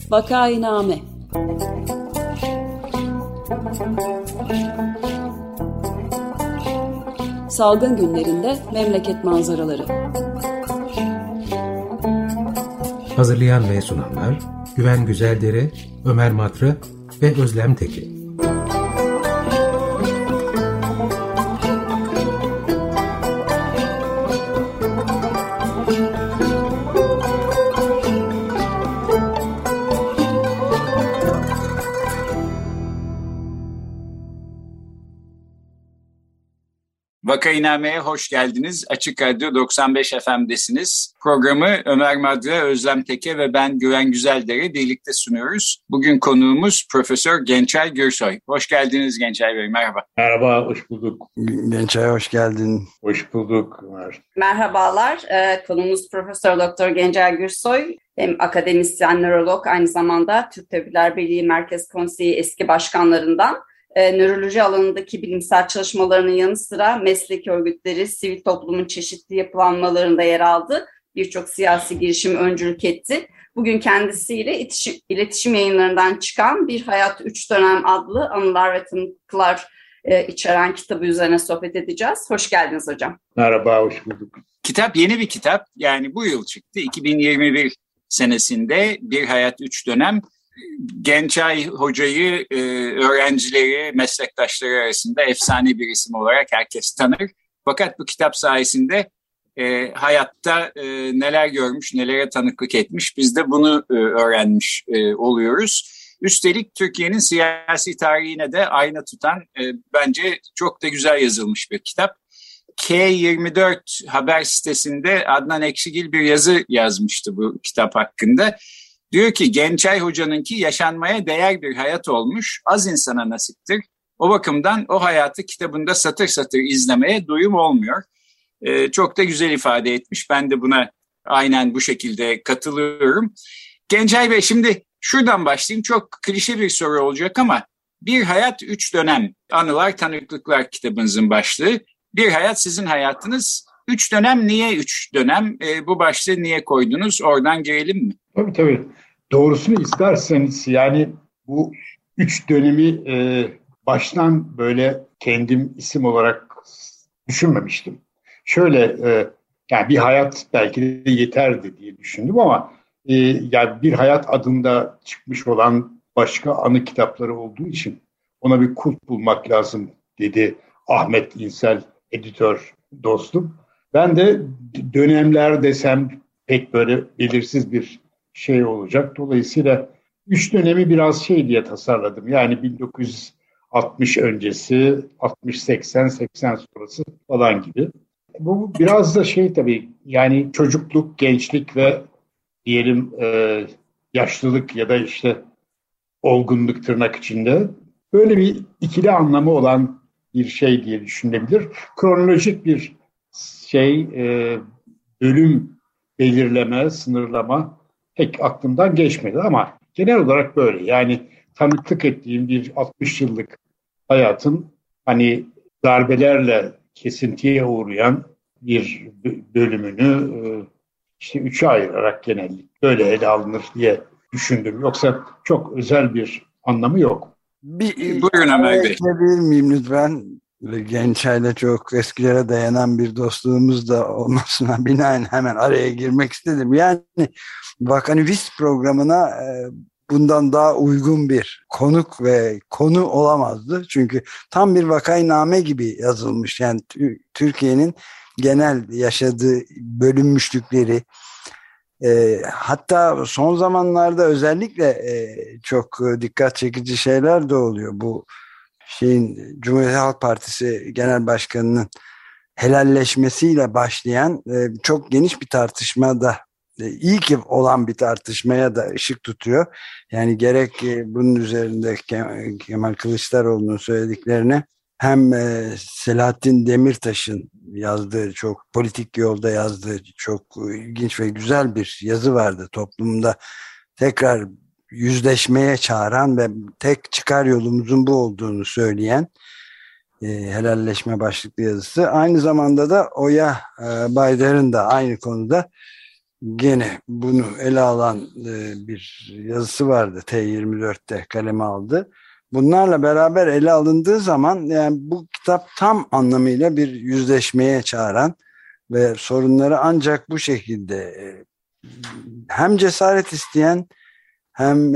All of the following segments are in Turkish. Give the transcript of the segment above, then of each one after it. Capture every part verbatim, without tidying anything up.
Vakainame. Salgın günlerinde memleket manzaraları. Hazırlayan ve sunanlar Güven Güzeldere, Ömer Madra ve Özlem Tekin. Vakainame'ye hoş geldiniz. Açık Radyo doksan beş F M'desiniz. Programı Ömer Madra, Özlem Teke ve ben Güven Güzeldere birlikte sunuyoruz. Bugün konuğumuz Profesör Gençay Gürsoy. Hoş geldiniz Gençay Bey, merhaba. Merhaba, hoş bulduk. Gençay hoş geldin. Hoş bulduk Ömer. Merhabalar, ee, konuğumuz Profesör Doktor Gençay Gürsoy. Hem akademisyen, nörolog, aynı zamanda Türk Tabipler Birliği Merkez Konseyi eski başkanlarından. E, nöroloji alanındaki bilimsel çalışmalarının yanı sıra meslek örgütleri, sivil toplumun çeşitli yapılanmalarında yer aldı. Birçok siyasi girişim öncülük etti. Bugün kendisiyle iletişim, iletişim yayınlarından çıkan Bir Hayat Üç Dönem adlı anılar ve tanıklar e, içeren kitabı üzerine sohbet edeceğiz. Hoş geldiniz hocam. Merhaba, hoş bulduk. Kitap yeni bir kitap. Yani bu yıl çıktı. iki bin yirmi bir senesinde Bir Hayat Üç Dönem. Gençay Hoca'yı e, öğrencileri, meslektaşları arasında efsane bir isim olarak herkes tanır. Fakat bu kitap sayesinde e, hayatta e, neler görmüş, nelere tanıklık etmiş, biz de bunu e, öğrenmiş e, oluyoruz. Üstelik Türkiye'nin siyasi tarihine de ayna tutan e, bence çok da güzel yazılmış bir kitap. K yirmi dört haber sitesinde Adnan Ekşigil bir yazı yazmıştı bu kitap hakkında. Diyor ki Gençay Hoca'nınki yaşanmaya değer bir hayat olmuş, az insana nasiptir. O bakımdan o hayatı kitabında satır satır izlemeye doyum olmuyor. Ee, çok da güzel ifade etmiş. Ben de buna aynen bu şekilde katılıyorum. Gençay Bey, şimdi şuradan başlayayım. Çok klişe bir soru olacak ama Bir Hayat Üç Dönem, Anılar Tanıklıklar kitabınızın başlığı. Bir hayat sizin hayatınız. Üç dönem, niye üç dönem? E, bu başlığı niye koydunuz? Oradan girelim mi? Tabii tabii. Doğrusunu isterseniz yani bu üç dönemi e, baştan böyle kendim isim olarak düşünmemiştim. Şöyle e, yani bir hayat belki de yeterdi diye düşündüm ama e, yani Bir Hayat adında çıkmış olan başka anı kitapları olduğu için ona bir kulp bulmak lazım dedi Ahmet İnsel, editör dostum. Ben de dönemler desem pek böyle belirsiz bir şey olacak. Dolayısıyla üç dönemi biraz şey diye tasarladım. Yani bin dokuz yüz altmış öncesi, altmış seksen, seksen sonrası falan gibi. Bu biraz da şey tabii yani çocukluk, gençlik ve diyelim e, yaşlılık ya da işte olgunluk tırnak içinde böyle bir ikili anlamı olan bir şey diye düşünülebilir. Kronolojik bir şey, e, bölüm belirleme, sınırlama pek aklımdan geçmedi ama genel olarak böyle. Yani tanıklık ettiğim bir altmış yıllık hayatın hani darbelerle kesintiye uğrayan bir bölümünü e, işte üçe ayırarak genellikle böyle ele alınır diye düşündüm. Yoksa çok özel bir anlamı yok. Bir, Buyurun Ömer Bey. Bilir miyim lütfen? Gençay'la çok eskilere dayanan bir dostluğumuz da olmasına binaen hemen araya girmek istedim. Yani Vakanivist programına e, bundan daha uygun bir konuk ve konu olamazdı. Çünkü tam bir vakainame gibi yazılmış. Yani Türkiye'nin genel yaşadığı bölünmüşlükleri, e, hatta son zamanlarda özellikle e, çok dikkat çekici şeyler de oluyor. Bu şeyin Cumhuriyet Halk Partisi Genel Başkanı'nın helalleşmesiyle başlayan e, çok geniş bir tartışmada, e, iyi ki olan bir tartışmaya da ışık tutuyor. Yani gerek e, bunun üzerinde Kem- Kemal Kılıçdaroğlu'nun söylediklerine hem e, Selahattin Demirtaş'ın yazdığı, çok politik yolda yazdığı çok ilginç ve güzel bir yazı vardı. Toplumda tekrar yüzleşmeye çağıran ve tek çıkar yolumuzun bu olduğunu söyleyen e, helalleşme başlıklı yazısı. Aynı zamanda da Oya e, Baydar'ın da aynı konuda gene bunu ele alan bir yazısı vardı. T yirmi dörtte kaleme aldı. Bunlarla beraber ele alındığı zaman yani bu kitap tam anlamıyla bir yüzleşmeye çağıran ve sorunları ancak bu şekilde hem cesaret isteyen hem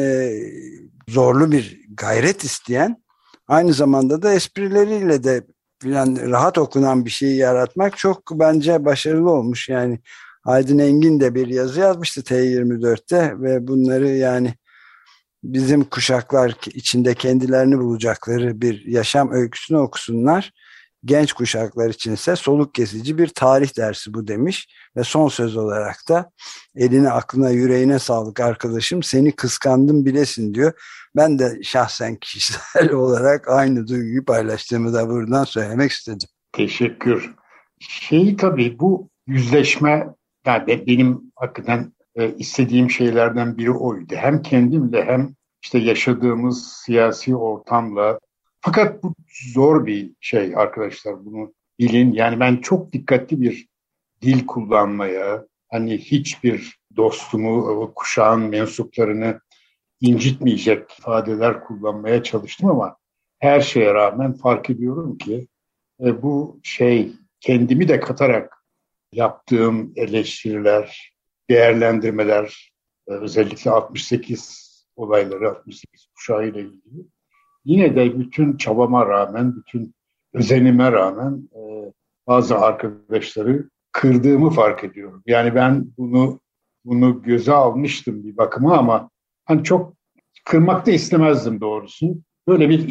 zorlu bir gayret isteyen, aynı zamanda da esprileriyle de yani rahat okunan bir şeyi yaratmak çok bence başarılı olmuş. Yani Aydın Engin de bir yazı yazmıştı T yirmi dörtte ve bunları yani bizim kuşaklar içinde kendilerini bulacakları bir yaşam öyküsünü okusunlar. Genç kuşaklar içinse soluk kesici bir tarih dersi bu demiş ve son söz olarak da eline aklına yüreğine sağlık arkadaşım, seni kıskandım bilesin diyor. Ben de şahsen kişisel olarak aynı duyguyu paylaştığımı da buradan söylemek istedim. Teşekkür. Şey tabii bu yüzleşme yani benim hakikaten e, istediğim şeylerden biri oydu. Hem kendimle hem işte yaşadığımız siyasi ortamla. Fakat bu zor bir şey arkadaşlar, bunu bilin. Yani ben çok dikkatli bir dil kullanmaya, hani hiçbir dostumu, kuşağın mensuplarını incitmeyecek ifadeler kullanmaya çalıştım ama her şeye rağmen fark ediyorum ki e, bu şey kendimi de katarak yaptığım eleştiriler, değerlendirmeler, e, özellikle altmış sekiz olayları, altmış sekiz kuşağıyla ilgili. Yine de bütün çabama rağmen, bütün özenime rağmen e, bazı arkadaşları kırdığımı fark ediyorum. Yani ben bunu bunu göze almıştım bir bakıma ama hani çok kırmak da istemezdim doğrusu. Böyle bir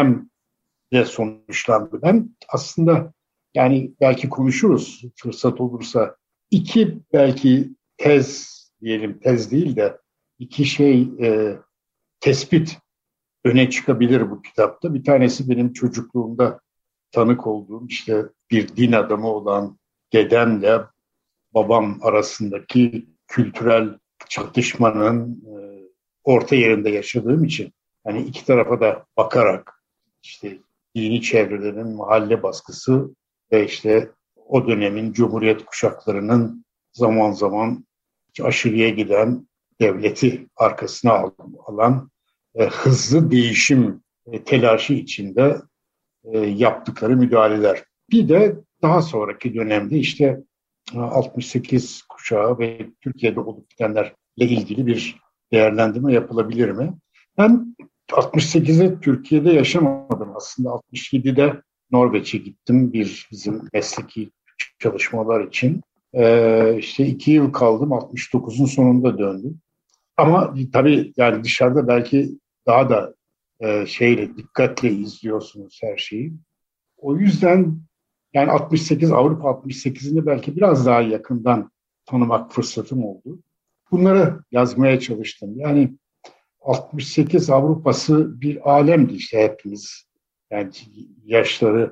ikilemle sonuçlandı. Ben aslında yani belki konuşuruz fırsat olursa. İki belki tez diyelim, tez değil de iki şey e, tespit öne çıkabilir bu kitapta. Bir tanesi benim çocukluğumda tanık olduğum işte bir din adamı olan dedemle babam arasındaki kültürel çatışmanın e, orta yerinde yaşadığım için hani iki tarafa da bakarak işte dini çevrelerin mahalle baskısı ve işte o dönemin Cumhuriyet kuşaklarının zaman zaman aşırıya giden devleti arkasına alan e, hızlı değişim e, telaşı içinde e, yaptıkları müdahaleler. Bir de daha sonraki dönemde işte altmış sekiz kuşağı ve Türkiye'de olup bitenlerle ilgili bir değerlendirme yapılabilir mi? Ben altmış sekizi Türkiye'de yaşamadım. Aslında altmış yedide Norveç'e gittim bir bizim mesleki çalışmalar için. Ee, işte iki yıl kaldım. altmış dokuzun sonunda döndüm. Ama tabii yani dışarıda belki daha da e, şeyle dikkatle izliyorsunuz her şeyi. O yüzden yani altmış sekiz Avrupa altmış sekizini belki biraz daha yakından tanımak fırsatım oldu. Bunları yazmaya çalıştım. Yani altmış sekiz Avrupa'sı bir alemdi işte hepimiz. Yani yaşları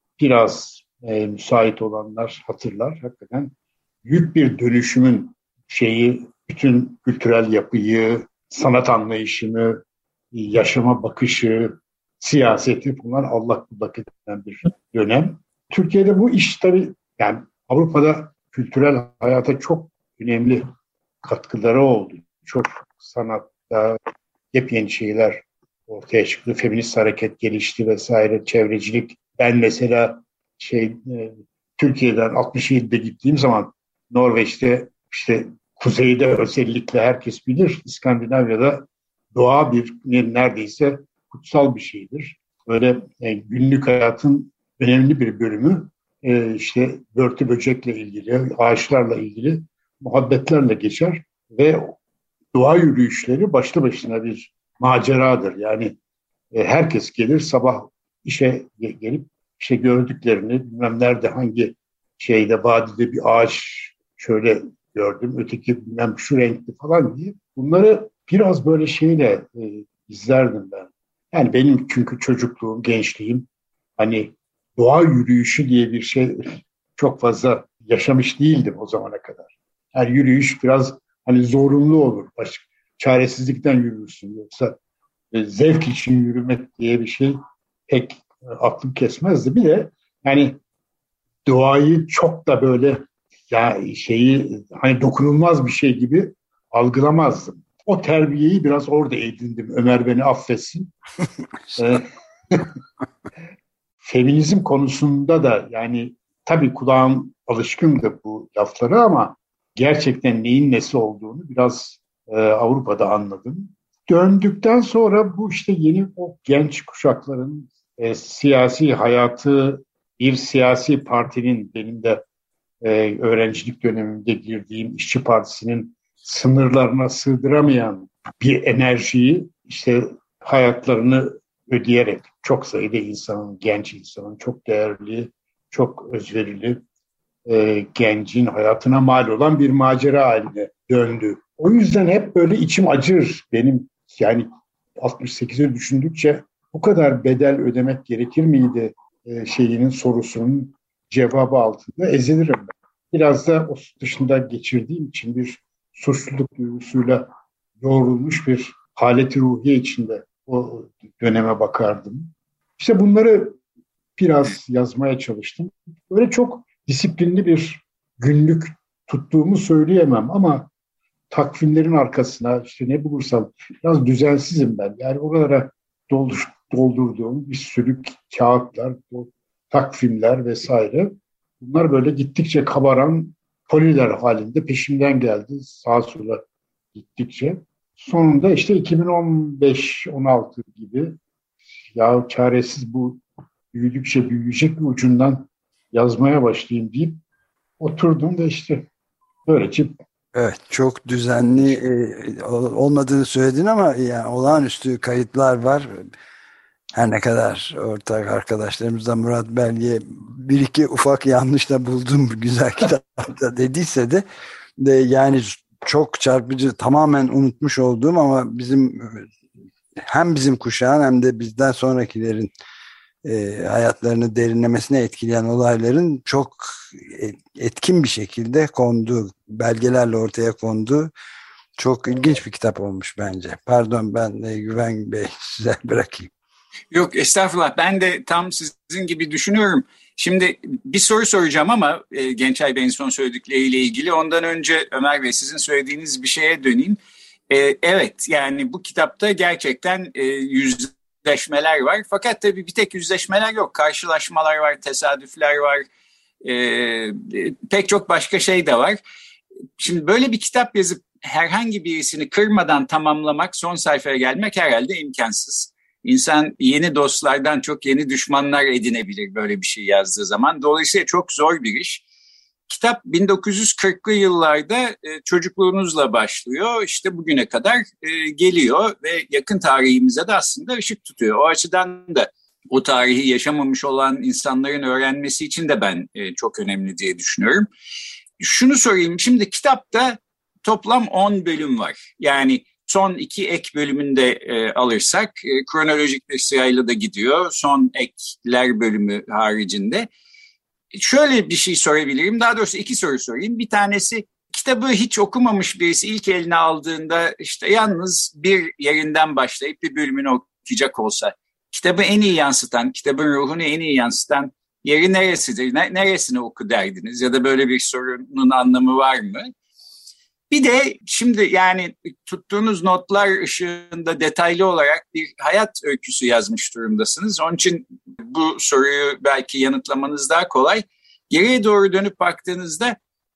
biraz e, müsait olanlar hatırlar. Hakikaten büyük bir dönüşümün şeyi, bütün kültürel yapıyı, sanat anlayışını, yaşama bakışı, siyaseti bunlar allak bullak edilen bir dönem. Türkiye'de bu iş tabii yani Avrupa'da kültürel hayata çok önemli katkıları oldu. Çok sanatta yepyeni şeyler ortaya çıktı. Feminist hareket gelişti vesaire, çevrecilik. Ben mesela şey Türkiye'den altmış yedide gittiğim zaman Norveç'te işte kuzeyde özellikle herkes bilir. İskandinavya'da doğa bir neredeyse kutsal bir şeydir. Böyle yani günlük hayatın önemli bir bölümü e, işte börtü böcekle ilgili, ağaçlarla ilgili muhabbetlerle geçer ve doğa yürüyüşleri başlı başına bir maceradır. Yani e, herkes gelir sabah işe gelip işte gördüklerini bilmem nerede hangi şeyde vadide bir ağaç şöyle gördüm, öteki bilmem şu renkli falan diye. Bunları biraz böyle şeyle e, izlerdim ben. Yani benim çünkü çocukluğum, gençliğim hani doğa yürüyüşü diye bir şey çok fazla yaşamış değildim o zamana kadar. Yani yürüyüş biraz hani zorunlu olur. Başka, çaresizlikten yürürsün. Yoksa e, zevk için yürümek diye bir şey pek e, aklım kesmezdi. Bir de yani doğayı çok da böyle ya şeyi hani dokunulmaz bir şey gibi algılamazdım. O terbiyeyi biraz orada edindim. Ömer beni affetsin. Ee, feminizm konusunda da yani tabii kulağım alışkındı bu laflara ama gerçekten neyin nesi olduğunu biraz e, Avrupa'da anladım. Döndükten sonra bu işte yeni o genç kuşakların e, siyasi hayatı, bir siyasi partinin, benim de e, öğrencilik döneminde girdiğim İşçi Partisi'nin sınırlarına sığdıramayan bir enerjiyi işte hayatlarını ödeyerek çok sayıda insanın, genç insanın, çok değerli, çok özverili e, gencin hayatına mal olan bir macera haline döndü. O yüzden hep böyle içim acır benim, yani altmış sekizi düşündükçe bu kadar bedel ödemek gerekir miydi e, şeyinin sorusunun cevabı altında ezilirim. Biraz da o dışında geçirdiğim için bir suçluluk duygusuyla yoğrulmuş bir haleti ruhiye içinde o döneme bakardım. İşte bunları biraz yazmaya çalıştım. Böyle çok disiplinli bir günlük tuttuğumu söyleyemem ama takvimlerin arkasına işte ne bulursam, biraz düzensizim ben. Yani oralara doldur, doldurduğum bir sürü kağıtlar, takvimler vesaire. Bunlar böyle gittikçe kabaran poliler halinde peşimden geldi sağa sola gittikçe. Sonunda işte iki bin on beş on altı gibi ya çaresiz bu büyüdükçe büyüyecek bir ucundan yazmaya başlayayım deyip oturdum ve işte böylece. Evet, çok düzenli e, olmadığını söyledin ama yani olağanüstü kayıtlar var. Her ne kadar ortak arkadaşlarımızdan Murat Belge bir iki ufak yanlış da buldum güzel kitapta dediyse de, de yani çok çarpıcı, tamamen unutmuş olduğum ama bizim hem bizim kuşağın hem de bizden sonrakilerin e, hayatlarını derinlemesine etkileyen olayların çok etkin bir şekilde konduğu, belgelerle ortaya konduğu çok ilginç bir kitap olmuş bence. Pardon, ben e, Güven Bey size bırakayım. Yok estağfurullah, ben de tam sizin gibi düşünüyorum. Şimdi bir soru soracağım ama e, Gençay Bey'in son söyledikleriyle ilgili. Ondan önce Ömer Bey, sizin söylediğiniz bir şeye döneyim. E, evet, yani bu kitapta gerçekten e, yüzleşmeler var. Fakat tabii bir tek yüzleşmeler yok. Karşılaşmalar var, tesadüfler var. E, e, pek çok başka şey de var. Şimdi böyle bir kitap yazıp herhangi birisini kırmadan tamamlamak, son sayfaya gelmek herhalde imkansız. İnsan yeni dostlardan çok yeni düşmanlar edinebilir böyle bir şey yazdığı zaman. Dolayısıyla çok zor bir iş. Kitap bin dokuz yüz kırklı yıllarda çocukluğunuzla başlıyor. İşte bugüne kadar geliyor ve yakın tarihimize de aslında ışık tutuyor. O açıdan da o tarihi yaşamamış olan insanların öğrenmesi için de ben çok önemli diye düşünüyorum. Şunu sorayım, şimdi kitapta toplam on bölüm var. Yani son iki ek bölümünü de e, alırsak e, kronolojik bir sırayla da gidiyor. Son ekler bölümü haricinde. Şöyle bir şey sorabilirim. Daha doğrusu iki soru sorayım. Bir tanesi, kitabı hiç okumamış birisi ilk eline aldığında işte yalnız bir yerinden başlayıp bir bölümünü okuyacak olsa kitabı en iyi yansıtan, kitabın ruhunu en iyi yansıtan yeri neresidir? Neresini oku derdiniz? Ya da böyle bir sorunun anlamı var mı? Bir de şimdi yani tuttuğunuz notlar ışığında detaylı olarak bir hayat öyküsü yazmış durumdasınız. Onun için bu soruyu belki yanıtlamanız daha kolay. Geriye doğru dönüp baktığınızda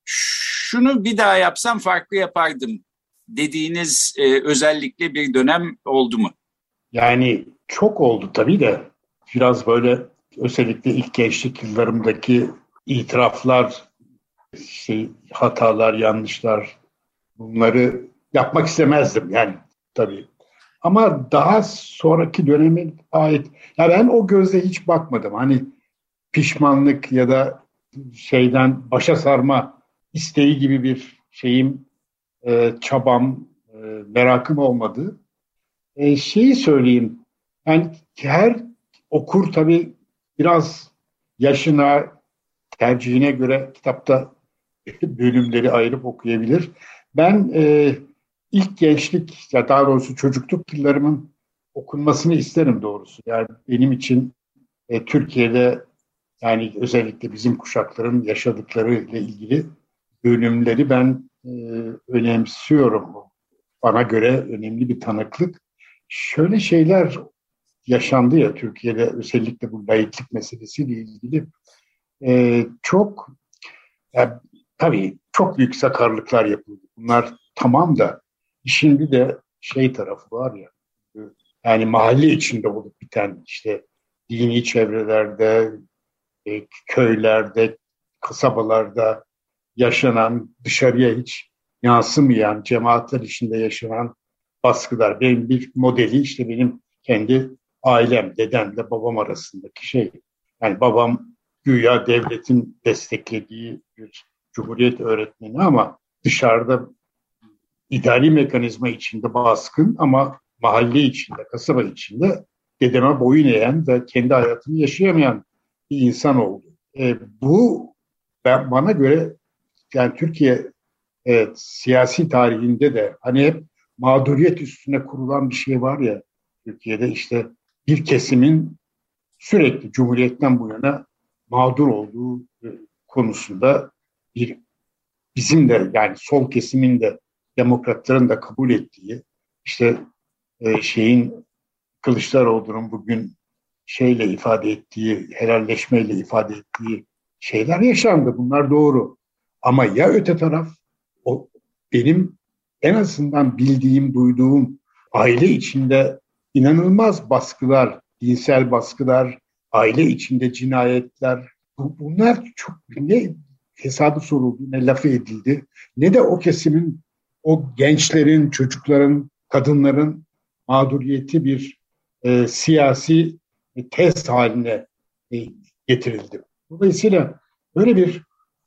şunu bir daha yapsam farklı yapardım dediğiniz e, özellikle bir dönem oldu mu? Yani çok oldu tabii de biraz böyle özellikle ilk gençlik yıllarımdaki itiraflar, şey, hatalar, yanlışlar, bunları yapmak istemezdim yani tabii. Ama daha sonraki döneme ait, ya ben o gözle hiç bakmadım. Hani pişmanlık ya da şeyden başa sarma isteği gibi bir şeyim, e, çabam, e, merakım olmadı. E, şeyi söyleyeyim, yani her okur tabii biraz yaşına, tercihine göre kitapta bölümleri ayırıp okuyabilir. Ben e, ilk gençlik, ya daha doğrusu çocukluk yıllarımın okunmasını isterim doğrusu. Yani benim için e, Türkiye'de, yani özellikle bizim kuşakların yaşadıkları ile ilgili bölümleri ben e, önemsiyorum. Bana göre önemli bir tanıklık. Şöyle şeyler yaşandı ya Türkiye'de, özellikle bu laiklik meselesiyle ilgili e, çok yani, tabii çok büyük sakarlıklar yapıldı. Bunlar tamam da işin bir de şey tarafı var ya, yani mahalle içinde olup biten, işte dini çevrelerde, e, köylerde, kasabalarda yaşanan, dışarıya hiç yansımayan, cemaatler içinde yaşanan baskılar. Benim bir modeli işte benim kendi ailem, dedemle babam arasındaki şey. Yani babam güya devletin desteklediği bir cumhuriyet öğretmeni ama dışarıda idari mekanizma içinde baskın ama mahalle içinde, kasaba içinde dedeme boyun eğen ve kendi hayatını yaşayamayan bir insan oldu. E, bu ben, bana göre yani Türkiye evet, siyasi tarihinde de hani hep mağduriyet üstüne kurulan bir şey var ya Türkiye'de, işte bir kesimin sürekli Cumhuriyet'ten bu yana mağdur olduğu konusunda bir bizim de yani sol kesimin de demokratların da kabul ettiği, işte e, şeyin Kılıçdaroğlu'nun bugün şeyle ifade ettiği, helalleşmeyle ifade ettiği şeyler yaşandı. Bunlar doğru. Ama ya öte taraf, o benim en azından bildiğim, duyduğum aile içinde inanılmaz baskılar, dinsel baskılar, aile içinde cinayetler, bu, bunlar çok ne hesabı soruldu, ne lafı edildi, ne de o kesimin, o gençlerin, çocukların, kadınların mağduriyeti bir e, siyasi e, test haline e, getirildi. Dolayısıyla böyle bir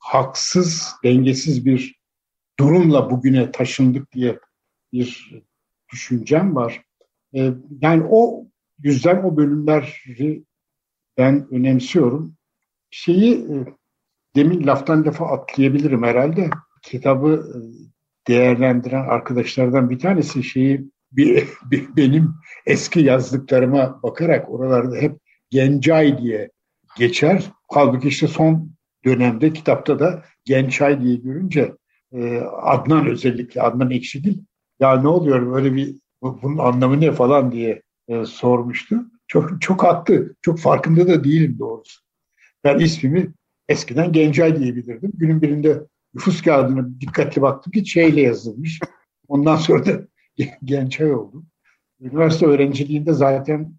haksız, dengesiz bir durumla bugüne taşındık diye bir düşüncem var. E, yani o yüzden o bölümleri ben önemsiyorum. Şeyi e, demin laftan lafa atlayabilirim herhalde. Kitabı e, değerlendiren arkadaşlardan bir tanesi şeyi bir, bir, benim eski yazdıklarıma bakarak oralarda hep Gencay diye geçer. Halbuki işte son dönemde kitapta da Gençay diye görünce e, Adnan, özellikle Adnan Ekşigil, ya ne oluyor böyle bir, bunun anlamı ne falan diye e, sormuştu. Çok çok haklı. Çok farkında da değilim doğrusu. Ben ismimi eskiden Gencay diyebilirdim. Günün birinde nüfus kağıdına dikkatli baktım ki şeyle yazılmış. Ondan sonra da Gencay oldu. Üniversite öğrenciliğinde zaten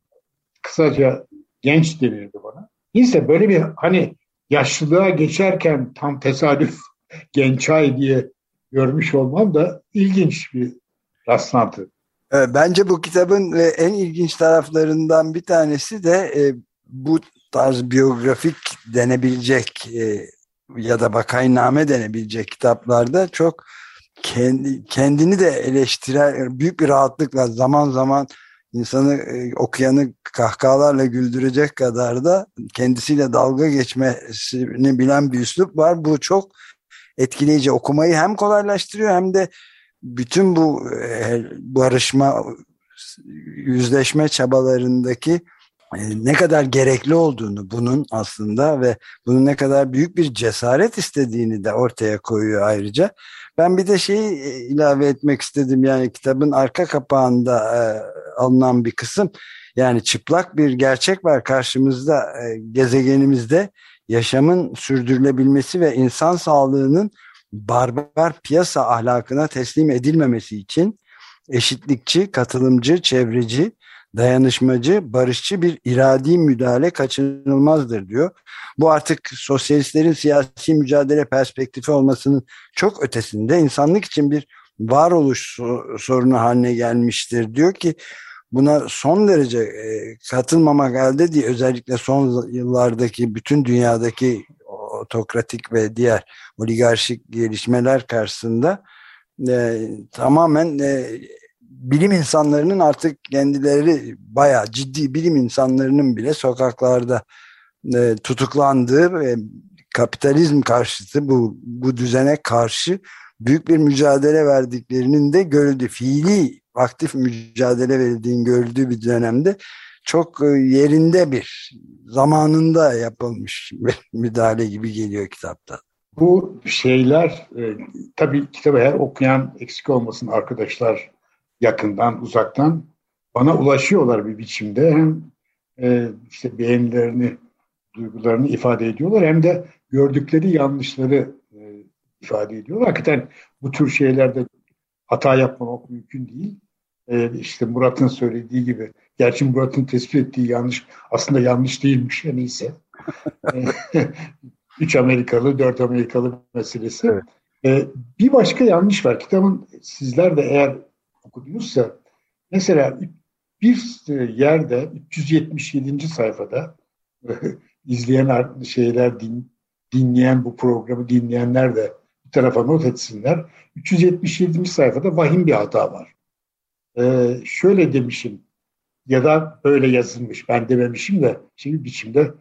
kısaca genç denirdi bana. Neyse böyle bir hani yaşlılığa geçerken tam tesadüf Gençay diye görmüş olmam da ilginç bir rastlantı. Bence bu kitabın en ilginç taraflarından bir tanesi de bu tarz biyografik denebilecek ya da vakainame denebilecek kitaplarda çok kendi, kendini de eleştiren, büyük bir rahatlıkla zaman zaman insanı, okuyanı kahkahalarla güldürecek kadar da kendisiyle dalga geçmesini bilen bir üslup var. Bu çok etkileyici, okumayı hem kolaylaştırıyor hem de bütün bu barışma, yüzleşme çabalarındaki ne kadar gerekli olduğunu, bunun aslında ve bunun ne kadar büyük bir cesaret istediğini de ortaya koyuyor ayrıca. Ben bir de şeyi ilave etmek istedim, yani kitabın arka kapağında e, alınan bir kısım, yani çıplak bir gerçek var karşımızda, e, gezegenimizde yaşamın sürdürülebilmesi ve insan sağlığının barbar piyasa ahlakına teslim edilmemesi için eşitlikçi, katılımcı, çevreci, dayanışmacı, barışçı bir iradi müdahale kaçınılmazdır diyor. Bu artık sosyalistlerin siyasi mücadele perspektifi olmasının çok ötesinde insanlık için bir varoluş sorunu haline gelmiştir diyor ki buna son derece e, katılmamak elde değil. Özellikle son yıllardaki bütün dünyadaki otokratik ve diğer oligarşik gelişmeler karşısında e, tamamen e, bilim insanlarının artık kendileri, bayağı ciddi bilim insanlarının bile sokaklarda e, tutuklandığı ve kapitalizm karşıtı bu, bu düzene karşı büyük bir mücadele verdiklerinin de görüldü. Fiili aktif mücadele verildiğini görüldüğü bir dönemde çok yerinde bir, zamanında yapılmış bir müdahale gibi geliyor kitapta. Bu şeyler e, tabii kitabı her okuyan eksik olmasın arkadaşlar yakından uzaktan bana ulaşıyorlar bir biçimde. Hem e, işte beğenilerini, duygularını ifade ediyorlar hem de gördükleri yanlışları e, ifade ediyorlar. Hakikaten bu tür şeylerde hata yapmamak mümkün değil. E, işte Murat'ın söylediği gibi, gerçi Murat'ın tespit ettiği yanlış aslında yanlış değilmiş en iyisi. Üç Amerikalı, dört Amerikalı meselesi. Evet. Ee, bir başka yanlış var. Kitabın sizler de eğer okudunuzsa mesela bir yerde üç yüz yetmiş yedinci sayfada izleyen şeyler din, dinleyen bu programı dinleyenler de bir tarafa not etsinler. üç yüz yetmiş yedinci sayfada vahim bir hata var. Ee, şöyle demişim ya da böyle yazılmış. Ben dememişim de şimdi biçimde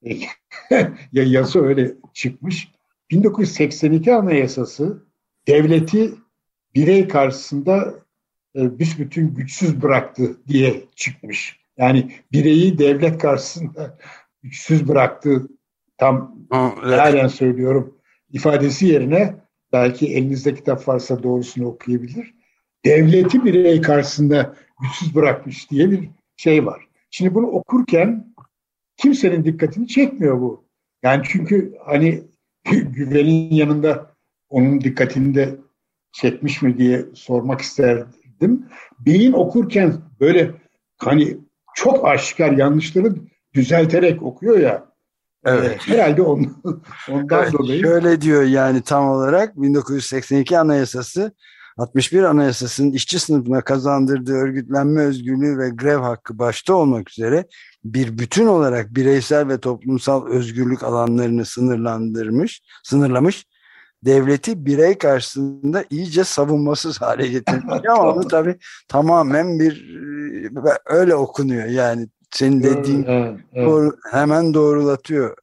ya yazı öyle çıkmış. bin dokuz yüz seksen iki Anayasası devleti birey karşısında e, büsbütün güçsüz bıraktı diye çıkmış. Yani bireyi devlet karşısında güçsüz bıraktı tam evet. Halen söylüyorum ifadesi yerine belki elinizde kitap varsa doğrusunu okuyabilir. Devleti birey karşısında güçsüz bırakmış diye bir şey var. Şimdi bunu okurken kimsenin dikkatini çekmiyor bu. Yani çünkü hani güvenin yanında onun dikkatini de çekmiş mi diye sormak isterdim. Beyin okurken böyle hani çok aşikar yanlışları düzelterek okuyor ya. Evet. E, herhalde on, ondan evet, dolayı. Şöyle diyor yani tam olarak bin dokuz yüz seksen iki Anayasası altmış bir Anayasası'nın işçi sınıfına kazandırdığı örgütlenme özgürlüğü ve grev hakkı başta olmak üzere bir bütün olarak bireysel ve toplumsal özgürlük alanlarını sınırlandırmış, sınırlamış, devleti birey karşısında iyice savunmasız hale getirmiş. Ama onu tabii tamamen bir öyle okunuyor yani senin dediğin evet, evet. Doğru, hemen doğrulatıyor.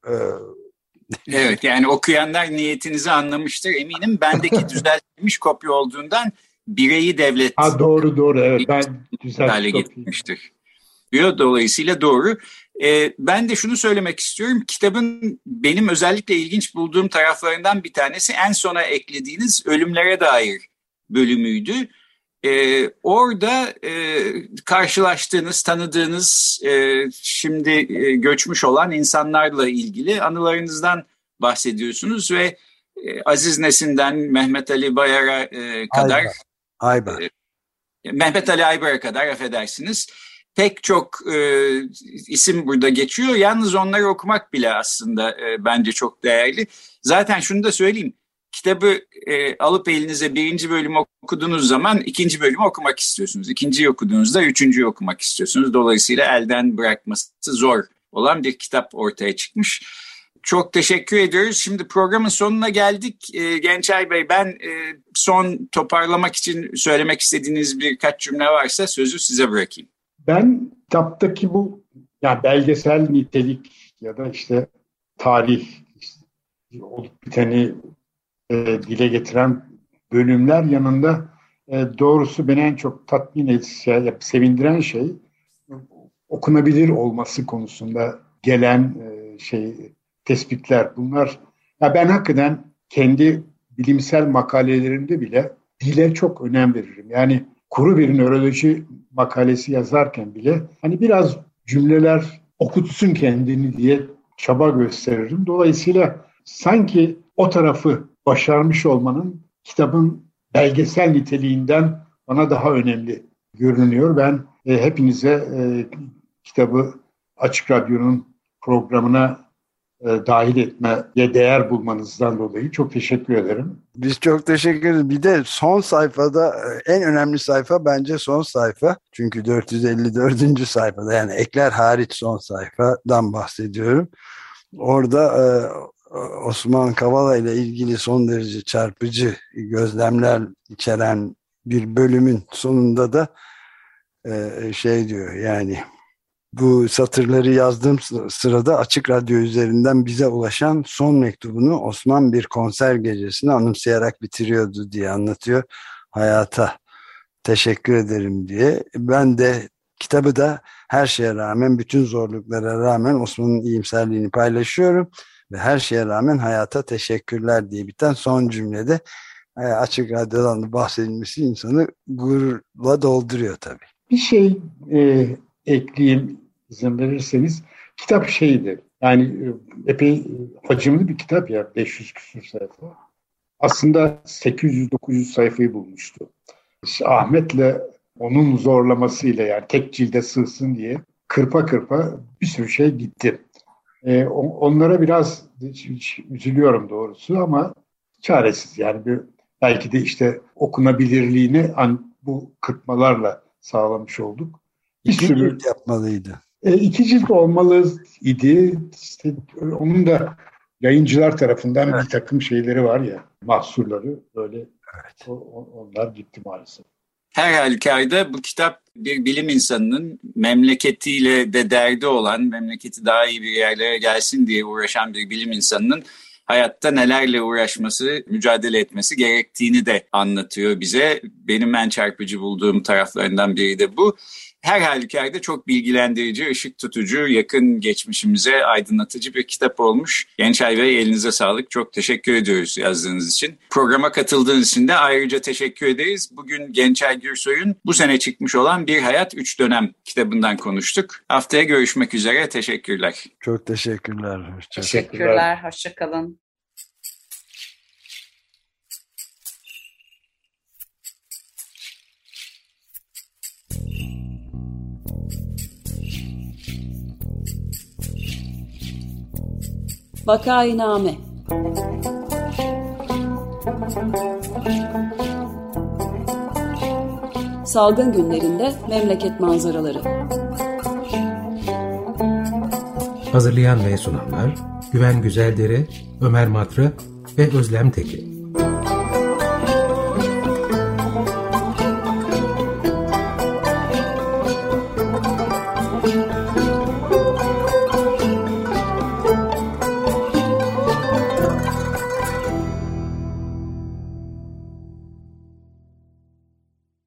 Evet yani okuyanlar niyetinizi anlamıştır eminim. Bendeki düzeltilmiş kopya olduğundan bireyi devlet ha, doğru doğru evet ben hale getirmiştir. Diyor. Dolayısıyla doğru. Ee, ben de şunu söylemek istiyorum. Kitabın benim özellikle ilginç bulduğum taraflarından bir tanesi en sona eklediğiniz ölümlere dair bölümüydü. Ee, orada e, karşılaştığınız, tanıdığınız, e, şimdi e, göçmüş olan insanlarla ilgili anılarınızdan bahsediyorsunuz ve e, Aziz Nesin'den Mehmet Ali Bayar'a e, kadar Aybar. Aybar. E, Mehmet Ali Aybar'a kadar affedersiniz. Pek çok e, isim burada geçiyor. Yalnız onları okumak bile aslında e, bence çok değerli. Zaten şunu da söyleyeyim. Kitabı e, alıp elinize birinci bölümü okuduğunuz zaman ikinci bölümü okumak istiyorsunuz. İkinciyi okuduğunuzda üçüncüyü okumak istiyorsunuz. Dolayısıyla elden bırakması zor olan bir kitap ortaya çıkmış. Çok teşekkür ediyoruz. Şimdi programın sonuna geldik. E, Gençay Bey ben e, son toparlamak için söylemek istediğiniz birkaç cümle varsa sözü size bırakayım. Ben kitaptaki bu yani belgesel nitelik ya da işte tarih işte, olup biteni e, dile getiren bölümler yanında e, doğrusu beni en çok tatmin eden, sevindiren şey okunabilir olması konusunda gelen e, şey tespitler. Bunlar ya ben hakikaten kendi bilimsel makalelerimde bile dile çok önem veririm. Yani kuru bir nöroloji makalesi yazarken bile hani biraz cümleler okutsun kendini diye çaba gösteririm. Dolayısıyla sanki o tarafı başarmış olmanın kitabın belgesel niteliğinden bana daha önemli görünüyor. Ben e, hepinize e, kitabı Açık Radyo'nun programına e, dahil etmeye değer bulmanızdan dolayı çok teşekkür ederim. Biz çok teşekkür ederiz. Bir de son sayfada en önemli sayfa bence son sayfa. Çünkü dört yüz elli dördüncü sayfada yani ekler hariç son sayfadan bahsediyorum. Orada e, Osman Kavala ile ilgili son derece çarpıcı gözlemler içeren bir bölümün sonunda da e, şey diyor yani bu satırları yazdığım sırada Açık Radyo üzerinden bize ulaşan son mektubunu Osman bir konser gecesini anımsayarak bitiriyordu diye anlatıyor. Hayata teşekkür ederim diye. Ben de kitabı da her şeye rağmen bütün zorluklara rağmen Osman'ın iyimserliğini paylaşıyorum. ve her şeye rağmen hayata teşekkürler diye biten son cümlede Açık Radyo'dan da bahsedilmesi insanı gururla dolduruyor tabii. Bir şey e, ekleyeyim izin verirseniz. Kitap şeydi, yani e, epey hacimli bir kitap ya, beş yüz küsur sayfa. Aslında sekiz yüz dokuz yüz sayfayı bulmuştu. İşte Ahmet'le onun zorlamasıyla, yani tek cilde sığsın diye kırpa kırpa bir sürü şey gitti. E, onlara biraz üzülüyorum doğrusu ama çaresiz. Yani bir, belki de işte okunabilirliğini an, bu kırpmalarla sağlamış olduk. Bir İki sürü cilt yapmalıydı. E, iki cilt olmalı idi. İşte onun da yayıncılar tarafından evet. bir takım şeyleri var ya, mahsurları böyle. Evet. O, onlar gitti maalesef. Her halükarda bu kitap bir bilim insanının memleketiyle de derdi olan, memleketi daha iyi bir yerlere gelsin diye uğraşan bir bilim insanının hayatta nelerle uğraşması, mücadele etmesi gerektiğini de anlatıyor bize. Benim en çarpıcı bulduğum taraflarından biri de bu. Her halükarda çok bilgilendirici, ışık tutucu, yakın geçmişimize aydınlatıcı bir kitap olmuş. Gençay Bey, elinize sağlık. Çok teşekkür ediyoruz yazdığınız için. Programa katıldığınız için de ayrıca teşekkür ederiz. Bugün Gençay Gürsoy'un bu sene çıkmış olan Bir Hayat Üç Dönem kitabından konuştuk. Haftaya görüşmek üzere. Teşekkürler. Çok teşekkürler. Hoşça teşekkürler. Hoşçakalın. Vakainame. Salgın günlerinde memleket manzaraları. Hazırlayan ve sunanlar Güven Güzeldere, Ömer Matra ve Özlem Tekin.